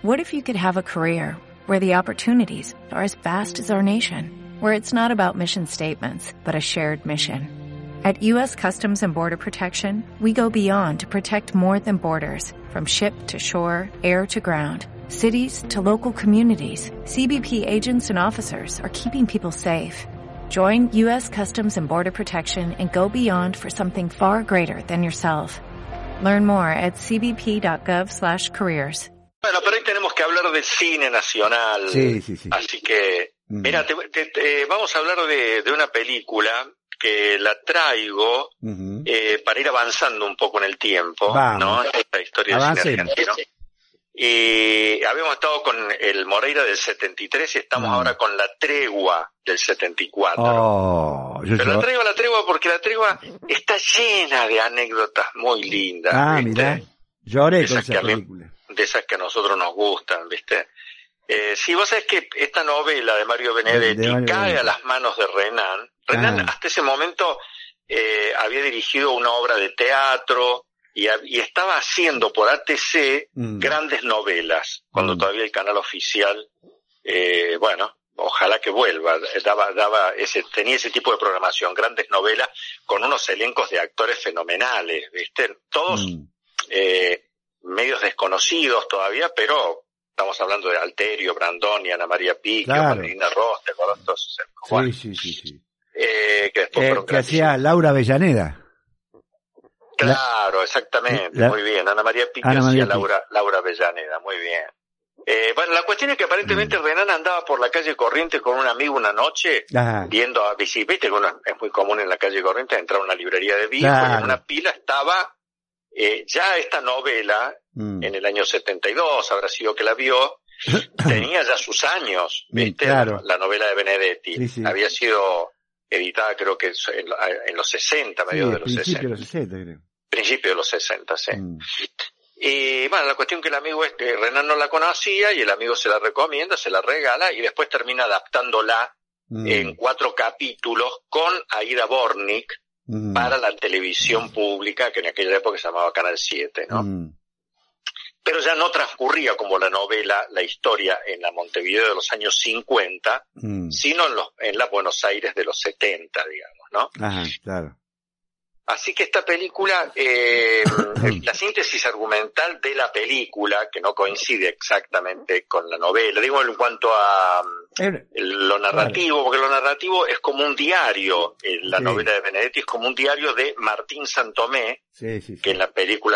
What if you could have a career where the opportunities are as vast as our nation, where it's not about mission statements, but a shared mission? At U.S. Customs and Border Protection, we go beyond to protect more than borders. From ship to shore, air to ground, cities to local communities, CBP agents and officers are keeping people safe. Join U.S. Customs and Border Protection and go beyond for something far greater than yourself. Learn more at cbp.gov/careers. Bueno, pero hoy tenemos que hablar del cine nacional. Sí. Así que, mira, vamos a hablar de una película que la traigo para ir avanzando un poco en el tiempo, ¿no? Esta historia del cine argentino. Y habíamos estado con el Moreira del 73 y estamos ahora con La Tregua del 74. Pero la tregua porque La Tregua está llena de anécdotas muy lindas. ¿Viste? Mirá, lloré con esa película. De esas que a nosotros nos gustan, ¿viste? Sí, vos sabés que esta novela de Mario Benedetti cae a las manos de Renan. Renan hasta ese momento había dirigido una obra de teatro y estaba haciendo por ATC grandes novelas, cuando todavía el canal oficial, bueno, ojalá que vuelva, tenía ese tipo de programación, grandes novelas con unos elencos de actores fenomenales, ¿viste? Todos medios desconocidos todavía, pero estamos hablando de Alterio, Brandoni, Ana María Picchio, Marina Ross, ¿te acordás todos? Sí. Que hacía Laura Avellaneda. Claro, exactamente, muy bien. Ana María Picchio hacía Laura Avellaneda, muy bien. Bueno, la cuestión es que aparentemente Renan andaba por la calle Corrientes con un amigo una noche, viendo a viste que es muy común en la calle Corrientes entrar a una librería de viejos, y en una pila estaba ya esta novela, en el año 72, habrá sido que la vio, tenía ya sus años, ¿viste? La novela de Benedetti. Sí. Había sido editada creo que en los 60, mediados de los 60. Principio de los 60, creo. Principio de los 60, sí. Y bueno, la cuestión que el amigo Renan no la conocía y el amigo se la recomienda, se la regala y después termina adaptándola en 4 capítulos con Aida Bornik para la televisión pública, que en aquella época se llamaba Canal 7, ¿no? Pero ya no transcurría como la novela, la historia en la Montevideo de los años 50, sino en la Buenos Aires de los 70, digamos, ¿no? Claro. Así que esta película, la síntesis argumental de la película, que no coincide exactamente con la novela, digo en cuanto a lo narrativo, porque lo narrativo es como un diario, la novela de Benedetti es como un diario de Martín Santomé, que en la película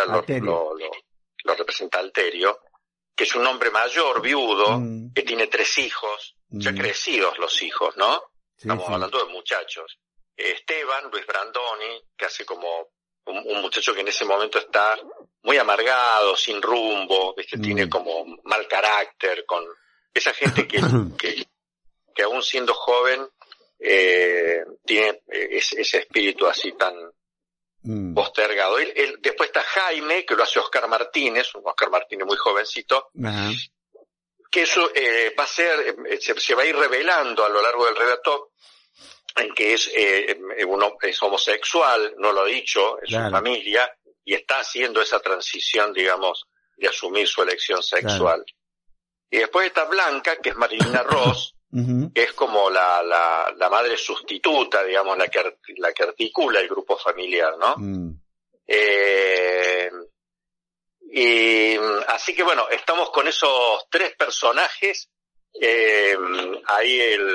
lo representa Alterio, que es un hombre mayor, viudo, que tiene 3 hijos, ya crecidos los hijos, ¿no? Estamos hablando de muchachos. Esteban, Luis Brandoni, que hace como un muchacho que en ese momento está muy amargado, sin rumbo, ¿viste? Tiene como mal carácter, con esa gente que aún siendo joven tiene ese espíritu así tan postergado. Después está Jaime, que lo hace Oscar Martínez, un Oscar Martínez muy jovencito, que eso va a ser, se va a ir revelando a lo largo del relato, en que uno es homosexual, no lo ha dicho, en su familia, y está haciendo esa transición, digamos, de asumir su elección sexual. Y después está Blanca, que es Marilina Ross, que es como la madre sustituta, digamos, la que articula el grupo familiar, ¿no? Y así que bueno, estamos con esos 3 personajes, ahí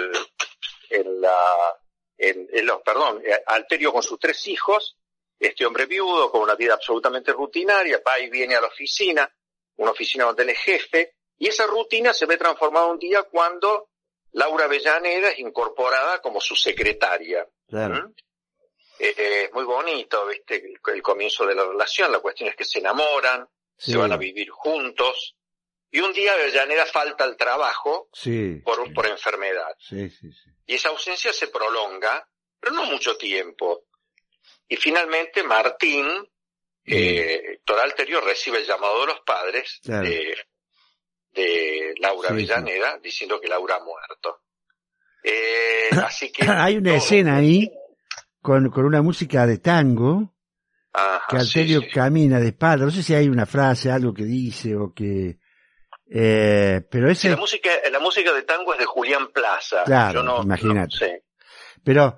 Alterio con sus 3 hijos, este hombre viudo con una vida absolutamente rutinaria, va y viene a la oficina, una oficina donde él es jefe, y esa rutina se ve transformada un día cuando Laura Avellaneda es incorporada como su secretaria. Es muy bonito, ¿viste? El comienzo de la relación, la cuestión es que se enamoran, se van a vivir juntos, y un día Avellaneda falta al trabajo por enfermedad. Y esa ausencia se prolonga, pero no mucho tiempo. Y finalmente Martín, Héctor Alterio, recibe el llamado de los padres de Laura Avellaneda, diciendo que Laura ha muerto. Así que hay una escena ahí con una música de tango, que Alterio camina de espalda. No sé si hay una frase, algo que dice o que Pero ese... La música de tango es de Julián Plaza. Claro, imagínate. No sé. Pero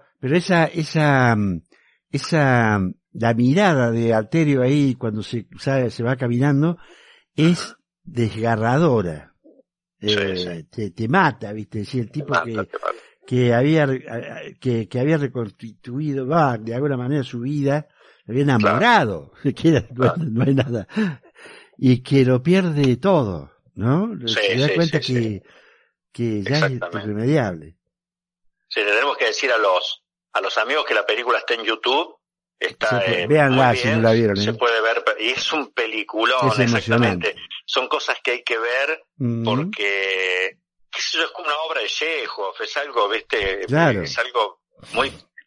la mirada de Alterio ahí cuando se va caminando es desgarradora. Te mata, ¿viste? Es el tipo que había reconstituido, de alguna manera su vida, había enamorado, no hay nada, y que lo pierde todo, ¿no? Se da cuenta que ya es irremediable. Sí, le tenemos que decir a los amigos que la película está en YouTube. Véanla si no la vieron. Se puede ver, y es un peliculón, exactamente. Son cosas que hay que ver porque, qué sé yo, es como una obra de Chekhov, es algo, ¿viste? Claro. Es algo muy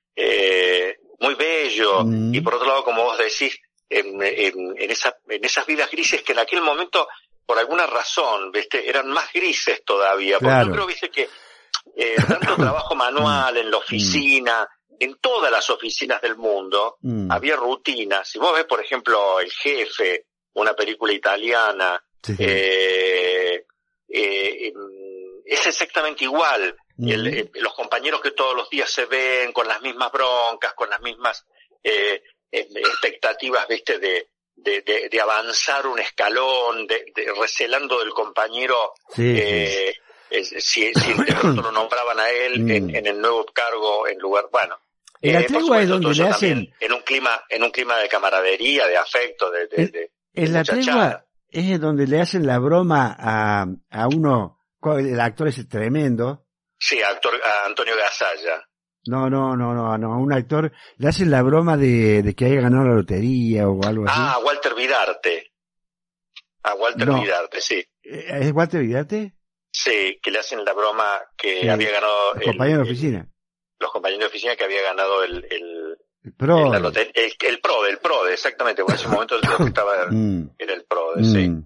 bello, y por otro lado, como vos decís, en esas vidas grises que en aquel momento, por alguna razón, ¿viste? Eran más grises todavía, porque yo creo, ¿viste? Que tanto trabajo manual en la oficina, en todas las oficinas del mundo, había rutinas. Si vos ves, por ejemplo, El Jefe, una película italiana, es exactamente igual. Los compañeros que todos los días se ven con las mismas broncas, con las mismas expectativas, ¿viste? De avanzar un escalón, recelando del compañero, si de pronto lo nombraban a él en el nuevo cargo, en lugar, bueno. En la tregua es donde le hacen... En un clima de camaradería, de afecto, en la tregua es donde le hacen la broma a uno, el actor ese tremendo. Sí, a Antonio Gasalla. No, a un actor le hacen la broma de que haya ganado la lotería o algo así. A Walter Vidarte. Vidarte, sí. ¿Es Walter Vidarte? Sí, que le hacen la broma que había ganado... compañero de oficina. Los compañeros de oficina que había ganado el PRODE. El PRODE, exactamente, por ese momento creo que estaba, era el PRODE,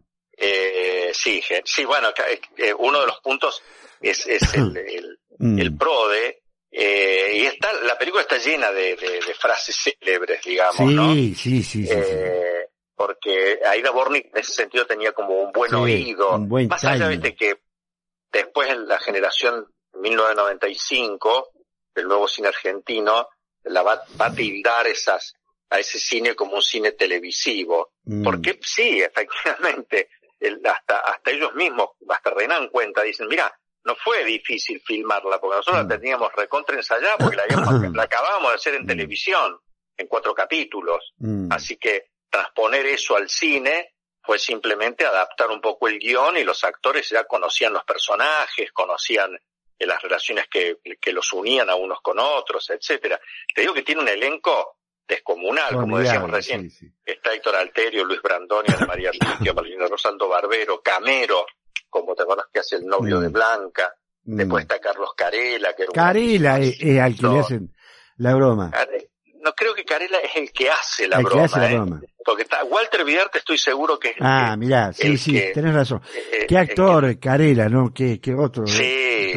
sí, bueno, uno de los puntos es el PRODE, y la película está llena de frases célebres, digamos, ¿no? Sí. Porque Aida Bornik en ese sentido tenía como un buen oído, un buen más allá, viste, que después en la generación 1995, el nuevo cine argentino va a tildar a ese cine como un cine televisivo, porque sí, efectivamente, hasta ellos mismos, hasta Renan cuenta, dicen, mira, no fue difícil filmarla, porque nosotros la teníamos recontra ensayada, porque la acabábamos de hacer en televisión, en 4 capítulos, así que transponer eso al cine fue simplemente adaptar un poco el guión, y los actores ya conocían los personajes, conocían las relaciones que los unían a unos con otros, etcétera. Te digo que tiene un elenco descomunal, como decíamos recién. Sí. Está Héctor Alterio, Luis Brandoni, Ana María Arturo, Marlene Rosando Barbero, Camero, como te acuerdas que hace el novio de Blanca. Después está Carlos Carela, que Carela es al que le hacen la broma. No, creo que Carela es el que hace la broma. Porque está Walter Vidarte, estoy seguro que es mirá, sí, tenés razón. ¿Qué actor Carela, no? ¿Qué otro? Sí.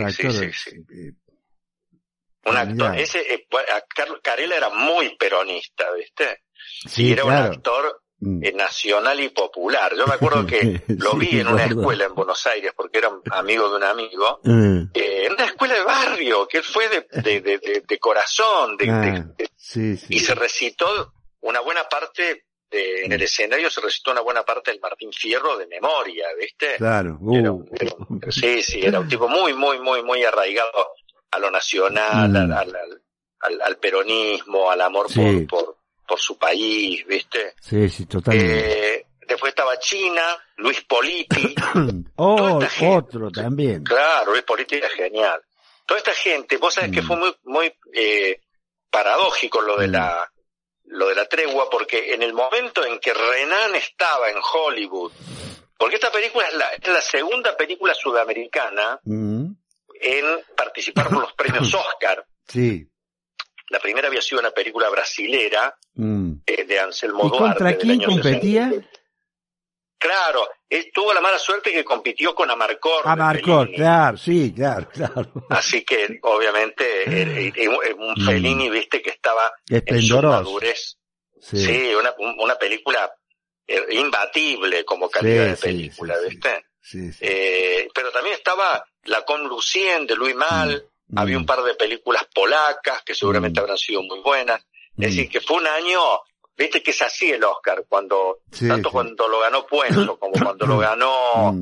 Un actor, Carlos Carela era muy peronista, ¿viste? Sí, era un actor nacional y popular. Yo me acuerdo que lo vi en una escuela en Buenos Aires, porque era amigo de un amigo, en una escuela de barrio, que él fue de corazón, y se recitó una buena parte, en el escenario se recitó una buena parte del Martín Fierro de memoria, ¿viste? Claro. Era un tipo muy, muy, muy, muy arraigado a lo nacional, al peronismo, al amor por su país, ¿viste? Sí, totalmente. Después estaba China, Luis Politi. Otro también. Claro, Luis Politi era genial. Toda esta gente, vos sabés que fue muy, muy paradójico lo de la tregua, porque en el momento en que Renan estaba en Hollywood, porque esta película es la segunda película sudamericana en participar por los premios Oscar. Sí. La primera había sido una película brasilera de Anselmo Duarte. ¿Y contra quién competía? 60. Claro, tuvo la mala suerte que compitió con Amarcord. Claro, sí, claro. Así que, obviamente, un Fellini, viste, que estaba en su madurez. Sí, una película imbatible como calidad de película, ¿viste? Sí, sí. Pero también estaba La Con Lucien de Louis Malle, había un par de películas polacas que seguramente habrán sido muy buenas. Es decir, que fue un año, viste que es así el Oscar, cuando cuando lo ganó Puenzo como cuando lo ganó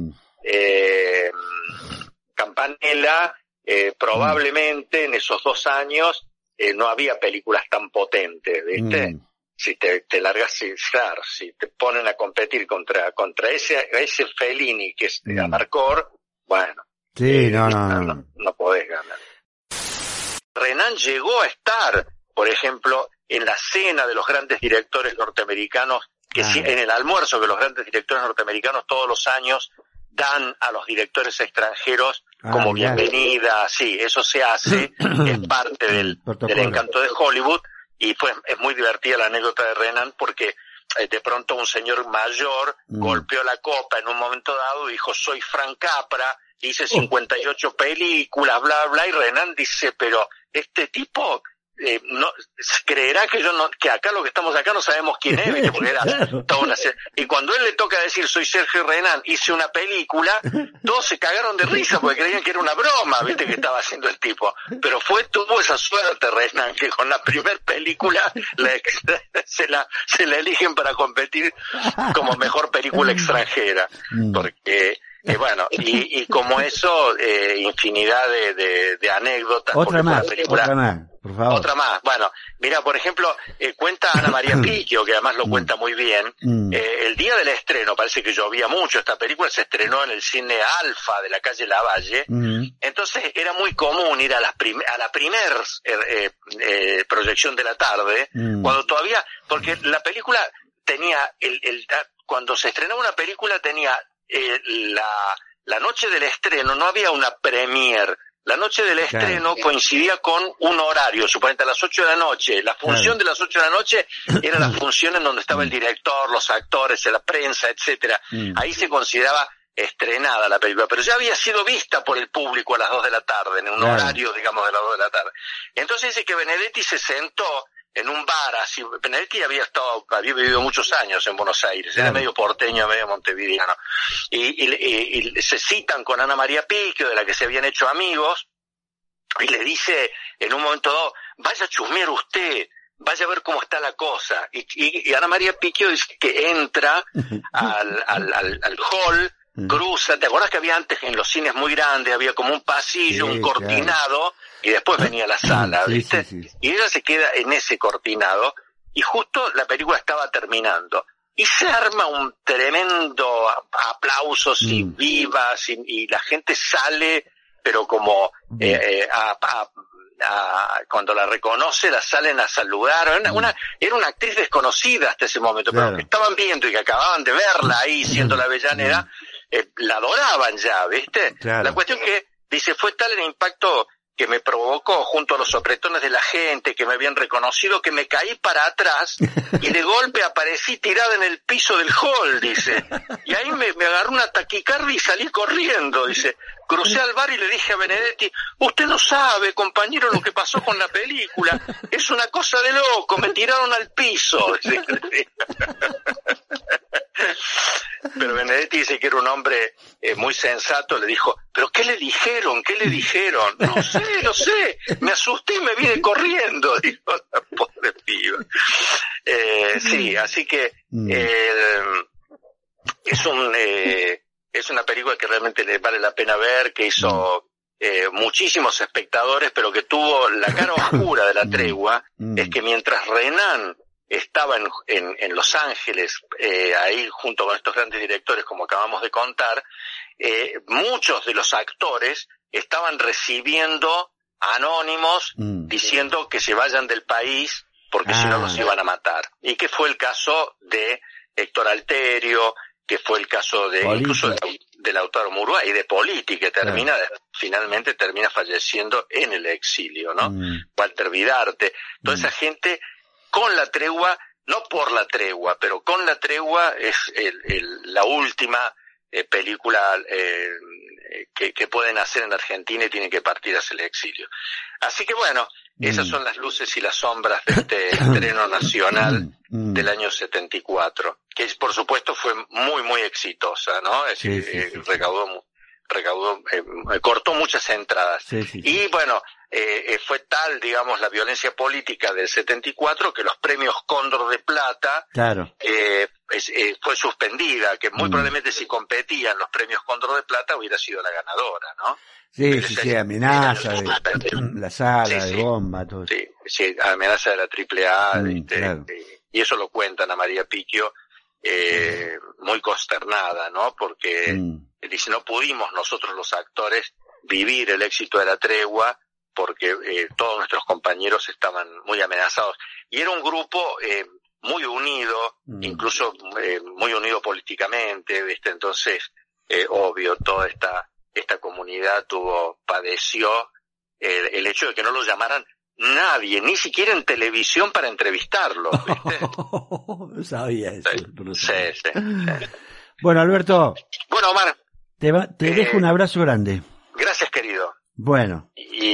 Campanella, probablemente en esos 2 años no había películas tan potentes, ¿viste? Si te largas sin estar, si te ponen a competir contra ese Fellini que es Amarcord, bueno, no podés ganar. Renan llegó a estar, por ejemplo, en la cena de los grandes directores norteamericanos, en el almuerzo que los grandes directores norteamericanos todos los años dan a los directores extranjeros como bienvenida. Sí, eso se hace, es parte del encanto de Hollywood, y es muy divertida la anécdota de Renan porque de pronto un señor mayor golpeó la copa en un momento dado y dijo: soy Frank Capra, hice 58 películas, bla, bla, y Renan dice: pero este tipo no creerá que acá lo que estamos acá no sabemos quién es, ¿viste? Porque era toda una serie. Y cuando él le toca decir: soy Sergio Renan, hice una película, todos se cagaron de risa porque creían que era una broma, ¿viste? Que estaba haciendo el tipo. Pero tuvo esa suerte Renan, que con la primer película se la eligen para competir como mejor película extranjera, porque bueno, y como eso, infinidad de anécdotas. Otra más, por favor. Otra más. Bueno, mira, por ejemplo, cuenta Ana María Picchio, que además lo cuenta muy bien. El día del estreno, parece que llovía mucho, esta película se estrenó en el cine Alfa de la calle Lavalle. Entonces era muy común ir a la primer proyección de la tarde, cuando todavía, porque la película tenía, cuando se estrenaba una película tenía la noche del estreno, no había una premier. La noche del estreno coincidía con un horario, suponete a las 8 de la noche. La función de las 8 de la noche era la función en donde estaba el director, los actores, la prensa, etcétera. Ahí se consideraba estrenada la película, pero ya había sido vista por el público a las 2 de la tarde, en un horario, digamos, de las 2 de la tarde. Entonces dice que Benedetti se sentó en un bar, así. Benedetti había vivido muchos años en Buenos Aires, era medio porteño, medio montevideano, y se citan con Ana María Picchio, de la que se habían hecho amigos, y le dice en un momento dado: vaya a chusmear usted, vaya a ver cómo está la cosa, y Ana María Picchio dice que entra al hall, cruza. ¿Te acuerdas que había antes en los cines muy grandes, había como un pasillo, un cortinado, y después venía la sala, ¿viste? Y ella se queda en ese cortinado, y justo la película estaba terminando, y se arma un tremendo aplausos y vivas, y la gente sale, pero como cuando la reconoce la salen a saludar. Era una actriz desconocida hasta ese momento, pero que estaban viendo y que acababan de verla ahí siendo la Avellaneda, la adoraban ya, ¿viste? La cuestión que dice: fue tal el impacto que me provocó junto a los sopretones de la gente que me habían reconocido, que me caí para atrás y de golpe aparecí tirada en el piso del hall, dice. Y ahí me agarró una taquicardia y salí corriendo, dice. Crucé al bar y le dije a Benedetti: usted no sabe, compañero, lo que pasó con la película. Es una cosa de loco, me tiraron al piso. Pero Benedetti dice que era un hombre muy sensato, le dijo: ¿pero qué le dijeron? ¿Qué le dijeron? No sé, me asusté y me vine corriendo, dijo la pobre piba. Sí, así que es una película que realmente le vale la pena ver, que hizo muchísimos espectadores, pero que tuvo la cara oscura de La Tregua. Es que mientras Renan estaba en Los Ángeles, ahí junto con estos grandes directores, como acabamos de contar, muchos de los actores estaban recibiendo anónimos diciendo que se vayan del país porque si no los iban a matar. Y que fue el caso de Héctor Alterio, que fue el caso de Politi, incluso de Lautaro Murúa, y de Politi, que finalmente termina falleciendo en el exilio, ¿no? Walter Vidarte, toda esa gente con La Tregua, no por La Tregua, pero con La Tregua es la última película que pueden hacer en Argentina y tienen que partir hacia el exilio. Así que bueno, esas son las luces y las sombras de este estreno nacional del año 74. que por supuesto fue muy, muy exitosa, ¿no? Es decir, cortó muchas entradas. Y bueno, fue tal, digamos, la violencia política del 74 que los premios Cóndor de Plata fue suspendida, que muy probablemente si competían los premios Cóndor de Plata hubiera sido la ganadora, ¿no? Sí, amenaza de la sala, de bomba, todo. Sí, amenaza de la AAA, claro. Y eso lo cuentan a María Picchio, muy consternada, ¿no? Porque dice, no pudimos nosotros los actores vivir el éxito de La Tregua porque todos nuestros compañeros estaban muy amenazados. Y era un grupo muy unido, incluso muy unido políticamente, ¿viste? Entonces, obvio, toda esta comunidad padeció el hecho de que no lo llamaran nadie, ni siquiera en televisión para entrevistarlo, ¿viste? No sabía eso. Sí. Bueno, Alberto. Bueno, Omar. Te dejo un abrazo grande. Gracias, querido. Bueno.